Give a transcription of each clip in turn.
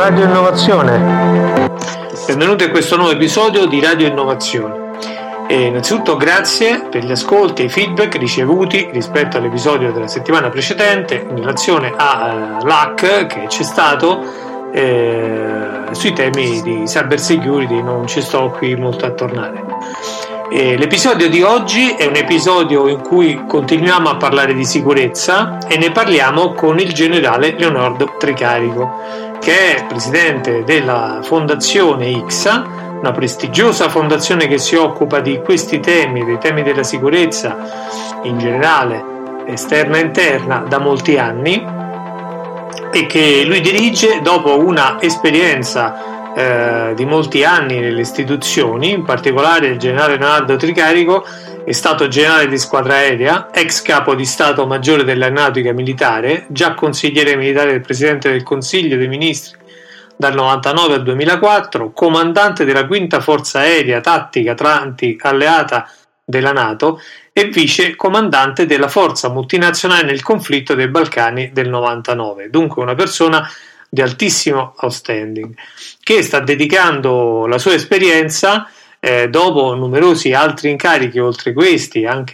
Radio Innovazione. Benvenuti a questo nuovo episodio di Radio Innovazione. E innanzitutto grazie per gli ascolti e i feedback ricevuti rispetto all'episodio della settimana precedente in relazione all'hack che c'è stato sui temi di cyber security. Non ci sto qui molto a tornare. L'episodio di oggi è un episodio in cui continuiamo a parlare di sicurezza e ne parliamo con il generale Leonardo Tricarico, che è presidente della Fondazione ICSA, una prestigiosa fondazione che si occupa di questi temi, dei temi della sicurezza in generale, esterna e interna, da molti anni, e che lui dirige dopo una esperienza di molti anni nelle istituzioni. In particolare il generale Leonardo Tricarico è stato generale di squadra aerea, ex capo di Stato Maggiore dell'Aeronautica Militare, già consigliere militare del Presidente del Consiglio dei Ministri dal 1999 al 2004, comandante della quinta forza aerea tattica Atlanti alleata della NATO e vice comandante della forza multinazionale nel conflitto dei Balcani del 1999. Dunque una persona di altissimo outstanding, che sta dedicando la sua esperienza dopo numerosi altri incarichi oltre questi, anche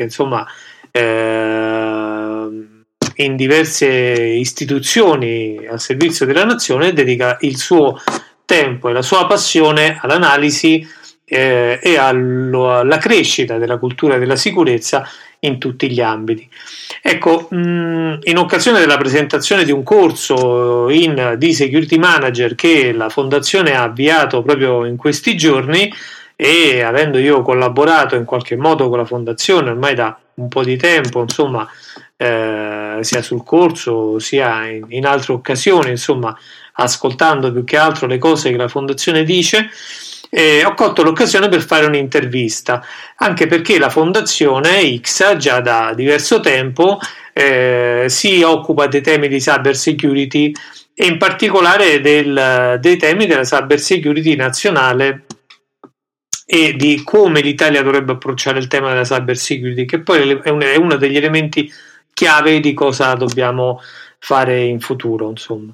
in diverse istituzioni al servizio della nazione, dedica il suo tempo e la sua passione all'analisi e alla crescita della cultura della sicurezza in tutti gli ambiti. Ecco, in occasione della presentazione di un corso di Security Manager che la Fondazione ha avviato proprio in questi giorni, e avendo io collaborato in qualche modo con la Fondazione ormai da un po' di tempo, sia sul corso sia in altre occasioni, ascoltando più che altro le cose che la Fondazione dice, ho colto l'occasione per fare un'intervista, anche perché la Fondazione ICSA già da diverso tempo si occupa dei temi di cyber security e in particolare dei temi della cyber security nazionale e di come l'Italia dovrebbe approcciare il tema della cyber security, che poi è uno degli elementi chiave di cosa dobbiamo fare in futuro.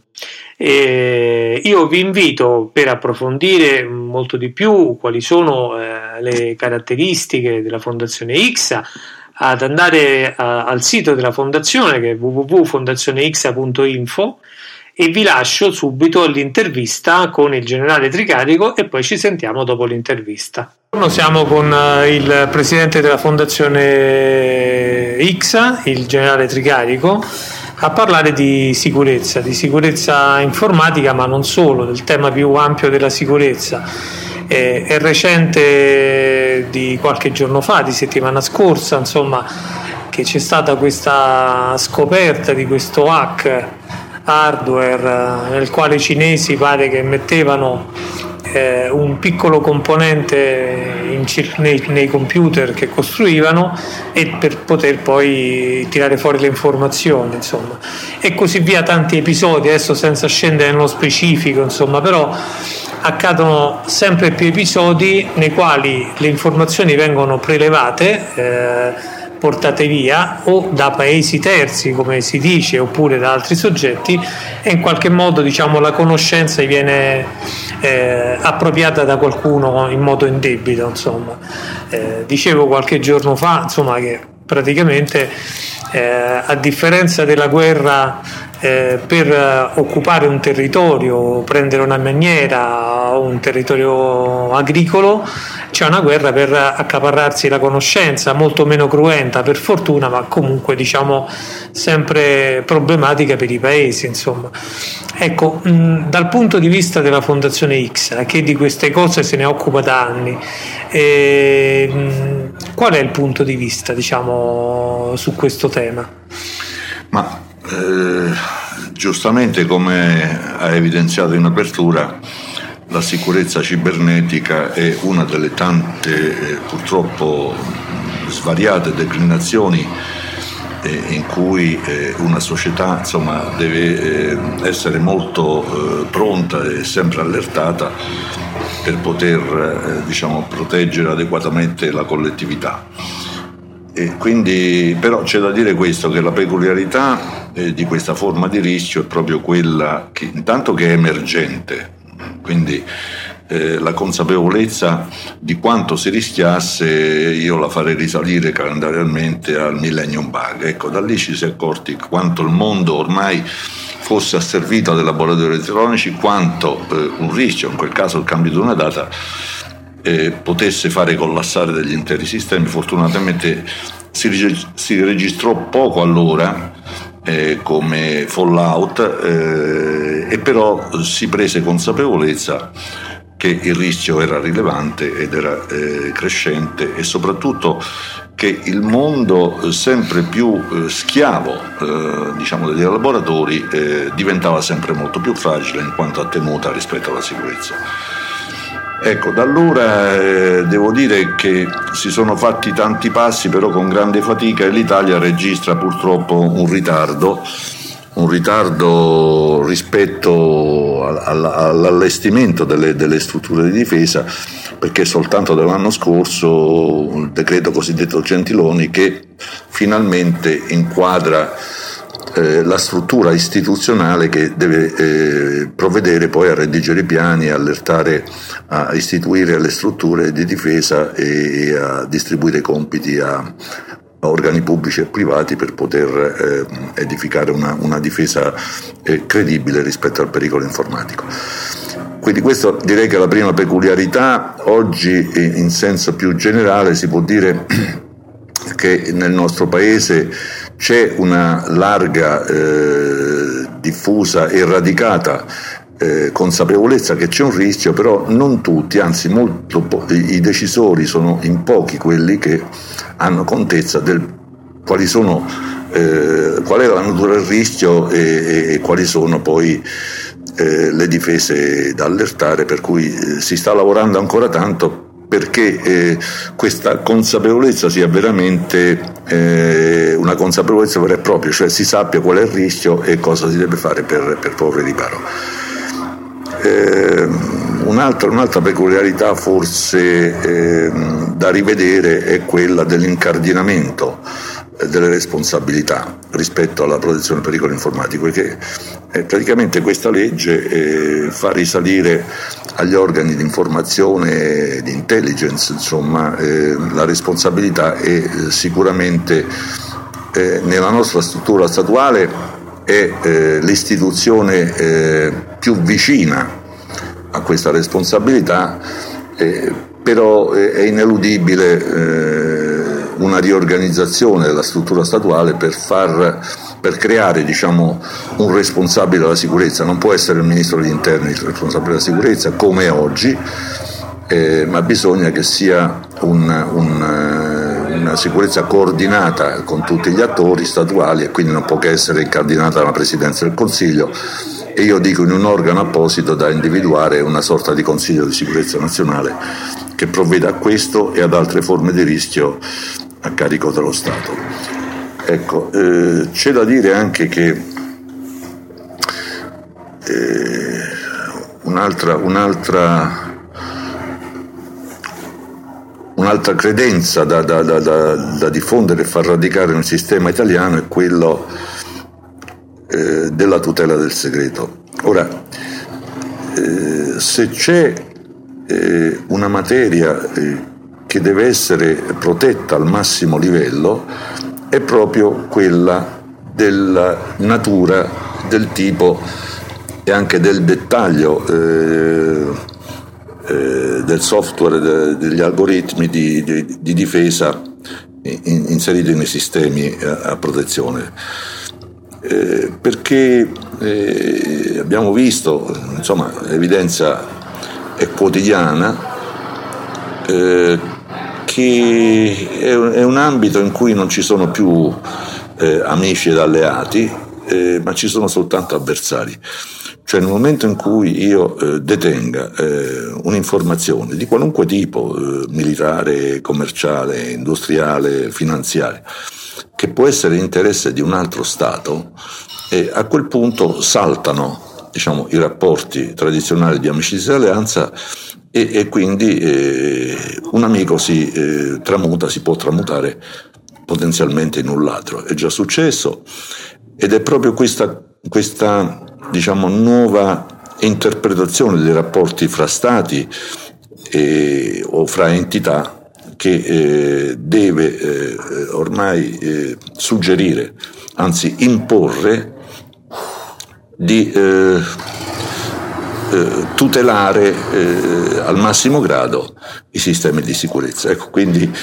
Io vi invito, per approfondire molto di più quali sono le caratteristiche della Fondazione ICSA, ad andare al sito della Fondazione, che è www.fondazioneixsa.info, e vi lascio subito l'intervista con il generale Tricarico e poi ci sentiamo dopo l'intervista. Siamo con il presidente della Fondazione ICSA, il generale Tricarico, a parlare di sicurezza informatica, ma non solo, del tema più ampio della sicurezza. È recente, di qualche giorno fa, di settimana scorsa, che c'è stata questa scoperta di questo hack hardware nel quale i cinesi pare che mettevano un piccolo componente nei computer che costruivano, e per poter poi tirare fuori le informazioni, e così via, tanti episodi, adesso senza scendere nello specifico, però accadono sempre più episodi nei quali le informazioni vengono prelevate, portate via o da paesi terzi, come si dice, oppure da altri soggetti, e in qualche modo la conoscenza viene appropriata da qualcuno in modo indebito. Dicevo qualche giorno fa che praticamente a differenza della guerra per occupare un territorio, prendere una miniera o un territorio agricolo, c'è una guerra per accaparrarsi la conoscenza, molto meno cruenta per fortuna, ma comunque sempre problematica per i paesi. Ecco, dal punto di vista della Fondazione ICSA, che di queste cose se ne occupa da anni, qual è il punto di vista su questo tema? Ma giustamente, come ha evidenziato in apertura, la sicurezza cibernetica è una delle tante purtroppo svariate declinazioni in cui una società deve essere molto pronta e sempre allertata per poter proteggere adeguatamente la collettività. E quindi, però c'è da dire questo, che la peculiarità di questa forma di rischio è proprio quella che intanto che è emergente, quindi la consapevolezza di quanto si rischiasse io la farei risalire calendarialmente al Millennium Bug. Ecco, da lì ci si è accorti quanto il mondo ormai fosse asservito dai laboratori elettronici, quanto un rischio, in quel caso il cambio di una data, potesse fare collassare degli interi sistemi. Fortunatamente si registrò poco allora come fallout, e però si prese consapevolezza che il rischio era rilevante ed era crescente, e soprattutto che il mondo sempre più schiavo degli laboratori diventava sempre molto più fragile in quanto attenuta rispetto alla sicurezza. Ecco, da allora devo dire che si sono fatti tanti passi, però con grande fatica, e l'Italia registra purtroppo un ritardo rispetto all'allestimento delle strutture di difesa, perché soltanto dall'anno scorso il decreto cosiddetto Gentiloni, che finalmente inquadra la struttura istituzionale che deve provvedere poi a redigere i piani, a istituire le strutture di difesa e a distribuire i compiti a organi pubblici e privati per poter edificare una difesa credibile rispetto al pericolo informatico. Quindi questo direi che è la prima peculiarità. Oggi in senso più generale si può dire che nel nostro paese c'è una larga, diffusa e radicata consapevolezza che c'è un rischio, però non tutti, anzi i decisori sono in pochi quelli che hanno contezza qual è la natura del rischio e quali sono poi le difese da allertare, per cui si sta lavorando ancora tanto perché questa consapevolezza sia veramente una consapevolezza vera e propria, cioè si sappia qual è il rischio e cosa si deve fare per porre riparo. Un'altra peculiarità forse da rivedere è quella dell'incardinamento delle responsabilità rispetto alla protezione del pericolo informatico, perché praticamente questa legge fa risalire agli organi di informazione, di intelligence, insomma, la responsabilità, e sicuramente nella nostra struttura statuale è l'istituzione più vicina a questa responsabilità, però è ineludibile una riorganizzazione della struttura statuale per creare, diciamo, un responsabile della sicurezza. Non può essere il ministro degli interni il responsabile della sicurezza come è oggi, ma bisogna che sia una sicurezza coordinata con tutti gli attori statuali, e quindi non può che essere incardinata dalla Presidenza del Consiglio, e io dico in un organo apposito da individuare, una sorta di Consiglio di Sicurezza Nazionale che provveda a questo e ad altre forme di rischio a carico dello Stato. Ecco, c'è da dire anche che un'altra credenza da diffondere e far radicare nel sistema italiano è quello della tutela del segreto. Ora, se c'è una materia che deve essere protetta al massimo livello, è proprio quella della natura, del tipo e anche del dettaglio del software, degli algoritmi di difesa inseriti nei sistemi a protezione. Perché abbiamo visto, insomma, l'evidenza è quotidiana, che è un ambito in cui non ci sono più amici ed alleati, ma ci sono soltanto avversari. Cioè, nel momento in cui io detenga un'informazione di qualunque tipo, militare, commerciale, industriale, finanziaria, che può essere interesse di un altro Stato, a quel punto saltano, diciamo, i rapporti tradizionali di amicizia e alleanza, e quindi un amico si può tramutare potenzialmente in un ladro. È già successo, ed è proprio questa diciamo nuova interpretazione dei rapporti fra stati o fra entità che deve ormai suggerire, anzi imporre, di tutelare al massimo grado i sistemi di sicurezza. Ecco, quindi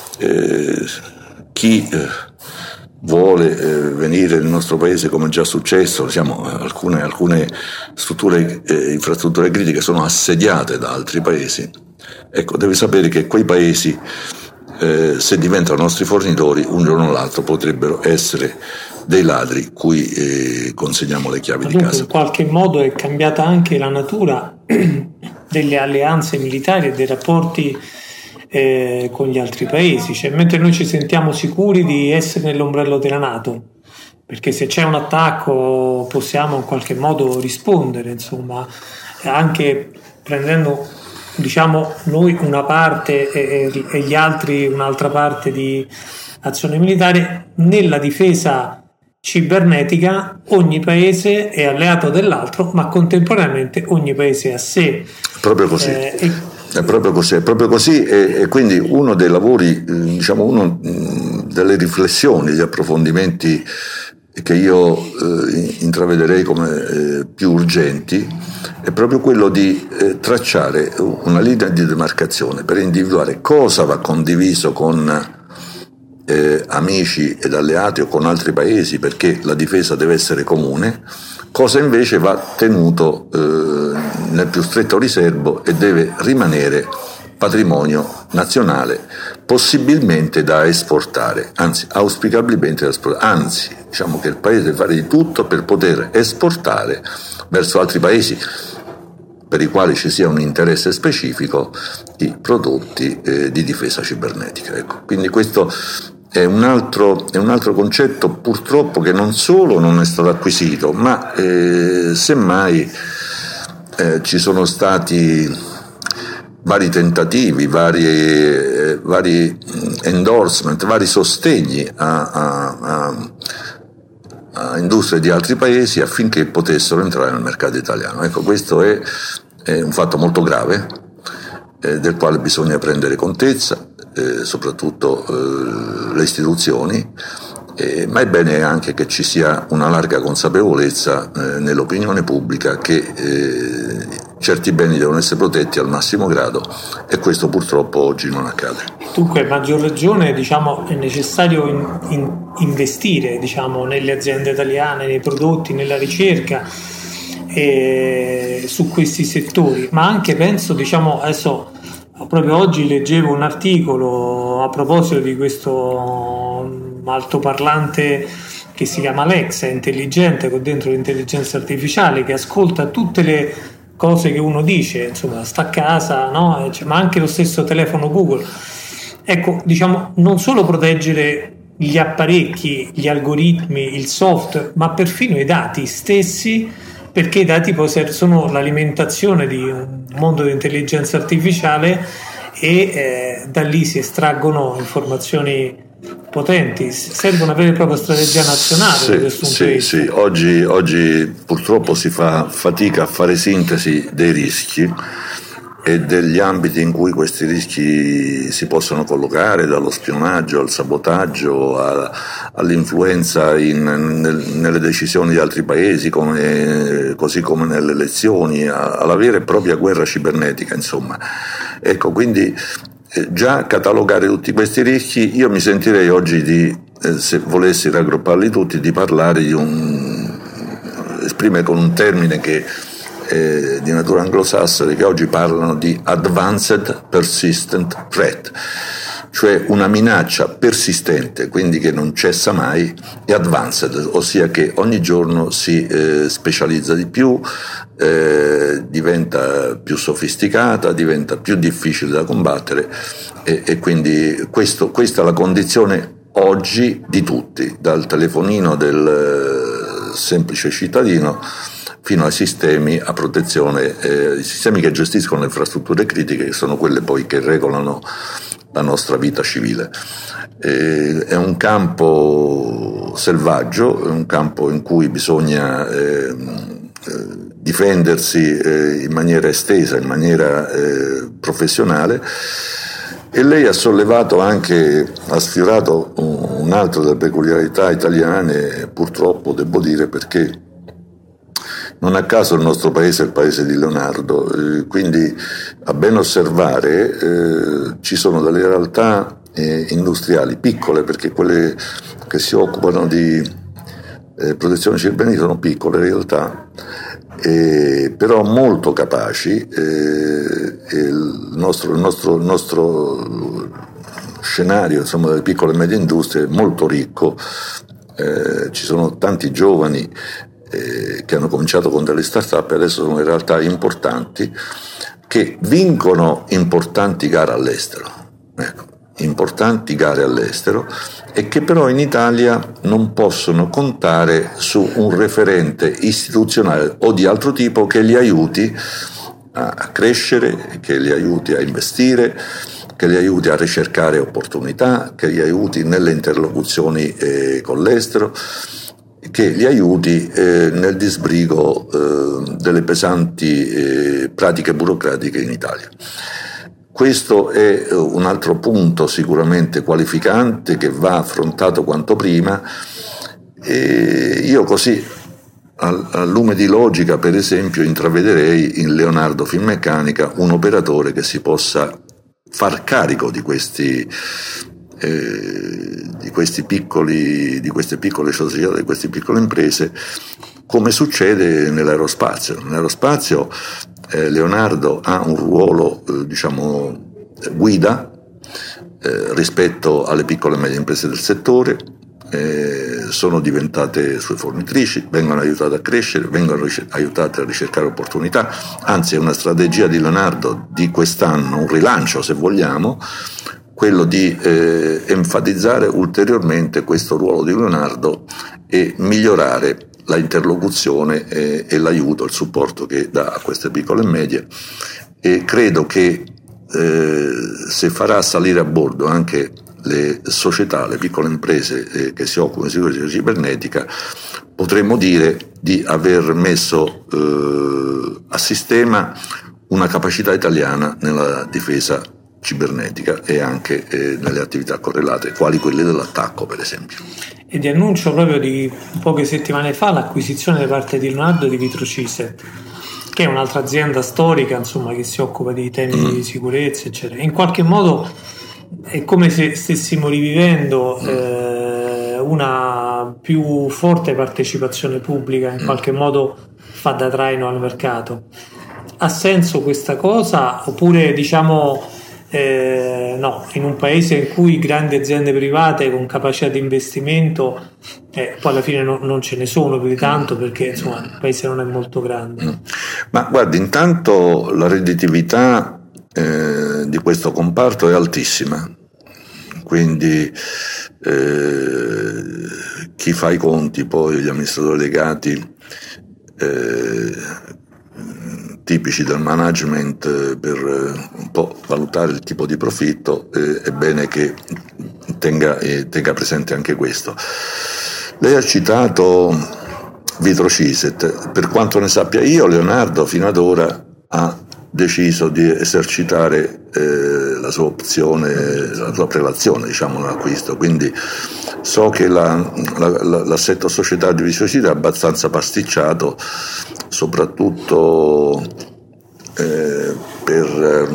chi vuole venire nel nostro paese, come è già successo, alcune strutture, infrastrutture critiche sono assediate da altri paesi, ecco, deve sapere che quei paesi, se diventano nostri fornitori, un giorno o l'altro potrebbero essere dei ladri cui consegniamo le chiavi di casa. In qualche modo è cambiata anche la natura delle alleanze militari e dei rapporti con gli altri paesi, cioè, mentre noi ci sentiamo sicuri di essere nell'ombrello della NATO, perché se c'è un attacco possiamo in qualche modo rispondere, insomma, anche prendendo, diciamo, noi una parte e gli altri un'altra parte di azione militare. Nella difesa cibernetica ogni paese è alleato dell'altro, ma contemporaneamente ogni paese è a sé. Proprio così. È proprio così, e quindi uno dei lavori, diciamo, uno delle riflessioni, gli approfondimenti che io intravederei come più urgenti è proprio quello di tracciare una linea di demarcazione per individuare cosa va condiviso con amici ed alleati o con altri paesi, perché la difesa deve essere comune, cosa invece va tenuto nel più stretto riservo e deve rimanere patrimonio nazionale, possibilmente da esportare, anzi auspicabilmente da esportare, anzi diciamo che il paese deve fare di tutto per poter esportare verso altri paesi per i quali ci sia un interesse specifico i prodotti di difesa cibernetica. Ecco, quindi questo è un altro concetto, purtroppo, che non solo non è stato acquisito, ma semmai ci sono stati vari tentativi, vari endorsement, vari sostegni a industrie di altri paesi affinché potessero entrare nel mercato italiano. Ecco, questo è un fatto molto grave, del quale bisogna prendere contezza, soprattutto le istituzioni, ma è bene anche che ci sia una larga consapevolezza nell'opinione pubblica che certi beni devono essere protetti al massimo grado, e questo purtroppo oggi non accade. Dunque, a maggior ragione, diciamo, è necessario investire, diciamo, nelle aziende italiane, nei prodotti, nella ricerca, su questi settori, ma anche penso, diciamo, adesso proprio oggi leggevo un articolo a proposito di questo altoparlante che si chiama Alexa, intelligente, con dentro l'intelligenza artificiale, che ascolta tutte le cose che uno dice, insomma, sta a casa, no? Ma anche lo stesso telefono Google. Ecco, diciamo, non solo proteggere gli apparecchi, gli algoritmi, il software, ma perfino i dati stessi, perché i dati poi sono l'alimentazione di un mondo di intelligenza artificiale e da lì si estraggono informazioni potenti. Serve una vera e propria strategia nazionale. Sì. Oggi purtroppo si fa fatica a fare sintesi dei rischi e degli ambiti in cui questi rischi si possono collocare, dallo spionaggio al sabotaggio all'influenza nelle decisioni di altri paesi, così come nelle elezioni, alla vera e propria guerra cibernetica, insomma. Ecco, quindi già catalogare tutti questi rischi, io mi sentirei oggi se volessi raggrupparli tutti, di parlare esprimere con un termine che di natura anglosassone, che oggi parlano di Advanced Persistent Threat, cioè una minaccia persistente, quindi che non cessa mai, e advanced, ossia che ogni giorno si specializza di più, diventa più sofisticata, diventa più difficile da combattere, e quindi questa è la condizione oggi di tutti, dal telefonino del semplice cittadino fino ai sistemi a protezione, i sistemi che gestiscono le infrastrutture critiche, che sono quelle poi che regolano la nostra vita civile. È un campo selvaggio, è un campo in cui bisogna difendersi in maniera estesa, in maniera professionale. E lei ha sollevato anche, ha sfiorato un'altra delle peculiarità italiane, purtroppo devo dire, perché non a caso il nostro paese è il paese di Leonardo, quindi a ben osservare ci sono delle realtà industriali piccole, perché quelle che si occupano di protezione cibernetica sono piccole in realtà, però molto capaci. Il nostro scenario, insomma, delle piccole e medie industrie è molto ricco. Ci sono tanti giovani che hanno cominciato con delle start-up e adesso sono in realtà importanti, che vincono importanti gare all'estero, importanti gare all'estero, e che però in Italia non possono contare su un referente istituzionale o di altro tipo che li aiuti a crescere, che li aiuti a investire, che li aiuti a ricercare opportunità, che li aiuti nelle interlocuzioni con l'estero, che li aiuti nel disbrigo delle pesanti pratiche burocratiche in Italia. Questo è un altro punto sicuramente qualificante che va affrontato quanto prima, e io così a lume di logica, per esempio, intravederei in Leonardo Finmeccanica un operatore che si possa far carico di queste piccole società, di queste piccole imprese, come succede nell'aerospazio. Nell'aerospazio Leonardo ha un ruolo guida rispetto alle piccole e medie imprese del settore. Sono diventate sue fornitrici, vengono aiutate a crescere, vengono aiutate a ricercare opportunità, anzi è una strategia di Leonardo di quest'anno, un rilancio se vogliamo, quello di enfatizzare ulteriormente questo ruolo di Leonardo e migliorare la interlocuzione e l'aiuto, il supporto che dà a queste piccole e medie, e credo che se farà salire a bordo anche le società, le piccole imprese che si occupano di sicurezza cibernetica, potremmo dire di aver messo a sistema una capacità italiana nella difesa cibernetica e anche nelle attività correlate, quali quelle dell'attacco, per esempio. E di annuncio proprio di poche settimane fa l'acquisizione da parte di Leonardo di Vitrocisset, che è un'altra azienda storica, insomma, che si occupa di temi di sicurezza, eccetera. In qualche modo è come se stessimo rivivendo una più forte partecipazione pubblica, in qualche modo fa da traino al mercato. Ha senso questa cosa? Oppure no, in un paese in cui grandi aziende private con capacità di investimento poi alla fine non ce ne sono più di tanto, perché insomma il paese non è molto grande. Ma guardi, intanto la redditività di questo comparto è altissima, quindi chi fa i conti, poi gli amministratori delegati tipici del management, per un po' valutare il tipo di profitto, è bene che tenga presente anche questo. Lei ha citato Vitrocisset. Per quanto ne sappia io, Leonardo fino ad ora ha deciso di esercitare la sua opzione, la sua prelazione, nell'acquisto, quindi so che l'assetto società di Vitrocisset è abbastanza pasticciato, soprattutto per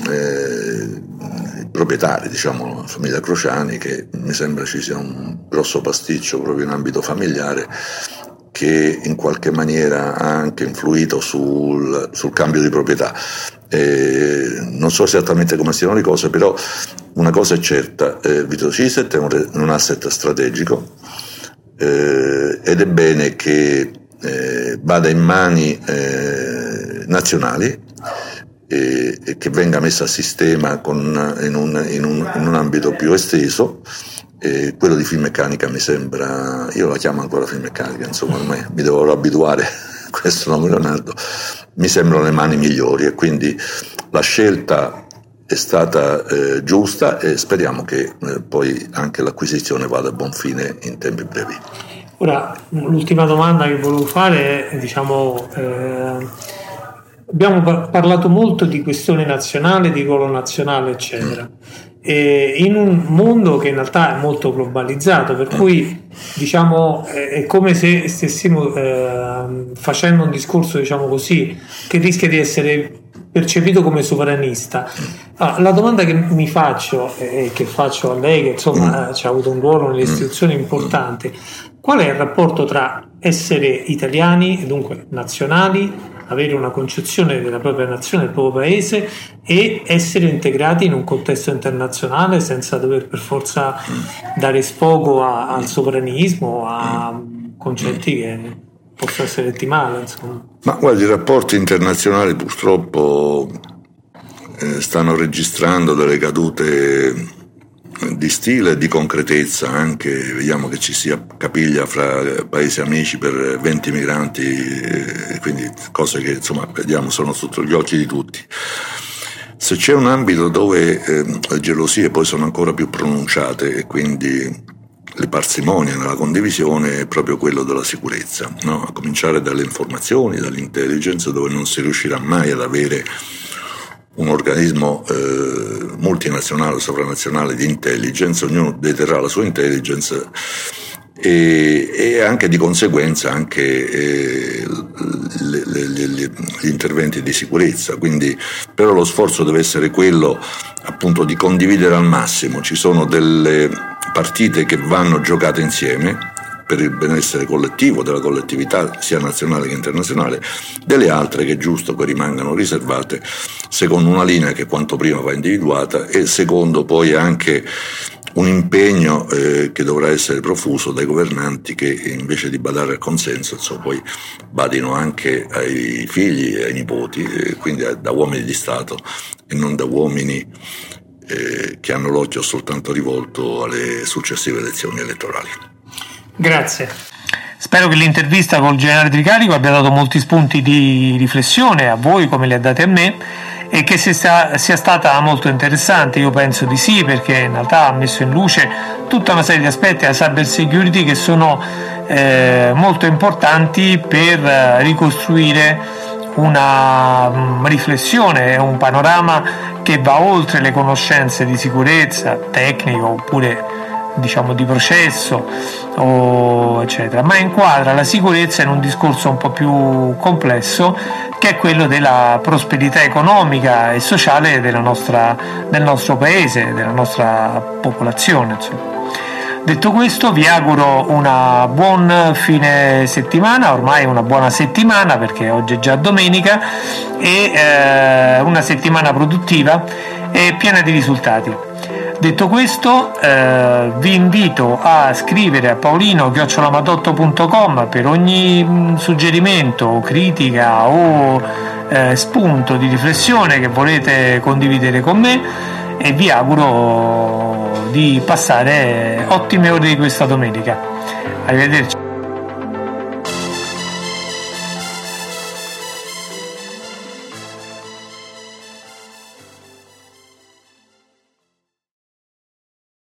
i proprietari, la famiglia Crociani, che mi sembra ci sia un grosso pasticcio proprio in ambito familiare, che in qualche maniera ha anche influito sul cambio di proprietà. Non so esattamente come stiano le cose, però una cosa è certa: Vitrocisset è un asset strategico, ed è bene che vada in mani nazionali e che venga messa a sistema in un ambito più esteso. Quello di Finmeccanica mi sembra, io la chiamo ancora Finmeccanica, insomma ormai mi devo abituare a questo nome, Leonardo, mi sembrano le mani migliori, e quindi la scelta è stata giusta e speriamo che poi anche l'acquisizione vada a buon fine in tempi brevi. Ora, l'ultima domanda che volevo fare è, abbiamo parlato molto di questione nazionale, di ruolo nazionale, eccetera. E in un mondo che in realtà è molto globalizzato, per cui è come se stessimo facendo un discorso, che rischia di essere percepito come sovranista. La domanda che mi faccio e che faccio a lei, che insomma ci ha avuto un ruolo nelle istituzioni importante: qual è il rapporto tra essere italiani e dunque nazionali, avere una concezione della propria nazione, del proprio paese, e essere integrati in un contesto internazionale senza dover per forza dare sfogo al sovranismo, a concetti che possono essere letti male, insomma? Ma guardi, i rapporti internazionali purtroppo stanno registrando delle cadute di stile e di concretezza anche. Vediamo che ci si accapiglia fra paesi amici per 20 migranti, quindi cose che insomma vediamo sono sotto gli occhi di tutti. Se c'è un ambito dove le gelosie poi sono ancora più pronunciate e quindi le parsimonie nella condivisione, è proprio quello della sicurezza, no? A cominciare dalle informazioni, dall'intelligence, dove non si riuscirà mai ad avere un organismo multinazionale o sovranazionale di intelligence. Ognuno deterrà la sua intelligence e anche di conseguenza anche gli interventi di sicurezza. Quindi però lo sforzo deve essere quello appunto di condividere al massimo. Ci sono delle partite che vanno giocate insieme per il benessere collettivo della collettività sia nazionale che internazionale, delle altre che è giusto che rimangano riservate secondo una linea che quanto prima va individuata e secondo poi anche un impegno che dovrà essere profuso dai governanti, che invece di badare al consenso poi badino anche ai figli e ai nipoti, quindi da uomini di Stato e non da uomini che hanno l'occhio soltanto rivolto alle successive elezioni elettorali. Grazie. Spero che l'intervista col generale Tricarico abbia dato molti spunti di riflessione a voi come li ha dati a me, e che sia stata molto interessante. Io penso di sì, perché in realtà ha messo in luce tutta una serie di aspetti della cyber security che sono molto importanti per ricostruire una riflessione, un panorama che va oltre le conoscenze di sicurezza tecnica oppure di processo eccetera, ma inquadra la sicurezza in un discorso un po' più complesso, che è quello della prosperità economica e sociale del nostro paese, della nostra popolazione, insomma. Detto questo, vi auguro una buon fine settimana, ormai una buona settimana perché oggi è già domenica, e una settimana produttiva e piena di risultati. Detto questo, vi invito a scrivere a paolino@madotto.com per ogni suggerimento, critica o spunto di riflessione che volete condividere con me, e vi auguro di passare ottime ore di questa domenica. Arrivederci.